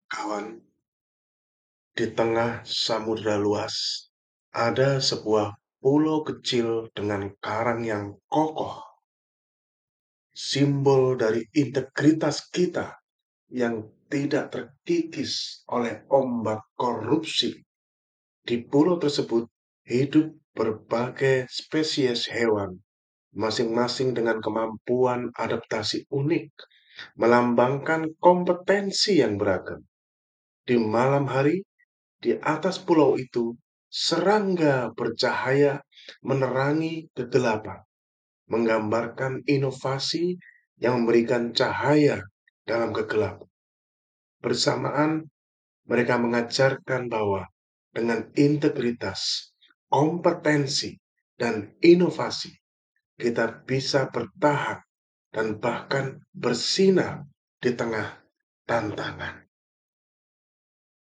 Kawan, di tengah samudera luas, ada sebuah pulau kecil dengan karang yang kokoh, simbol dari integritas kita yang tidak terkikis oleh ombak korupsi. Di pulau tersebut hidup berbagai spesies hewan, masing-masing dengan kemampuan adaptasi unik, melambangkan kompetensi yang beragam. Di malam hari, di atas pulau itu, serangga bercahaya menerangi kegelapan, menggambarkan inovasi yang memberikan cahaya dalam kegelapan. Bersamaan, mereka mengajarkan bahwa dengan integritas, kompetensi, dan inovasi, kita bisa bertahan dan bahkan bersinar di tengah tantangan.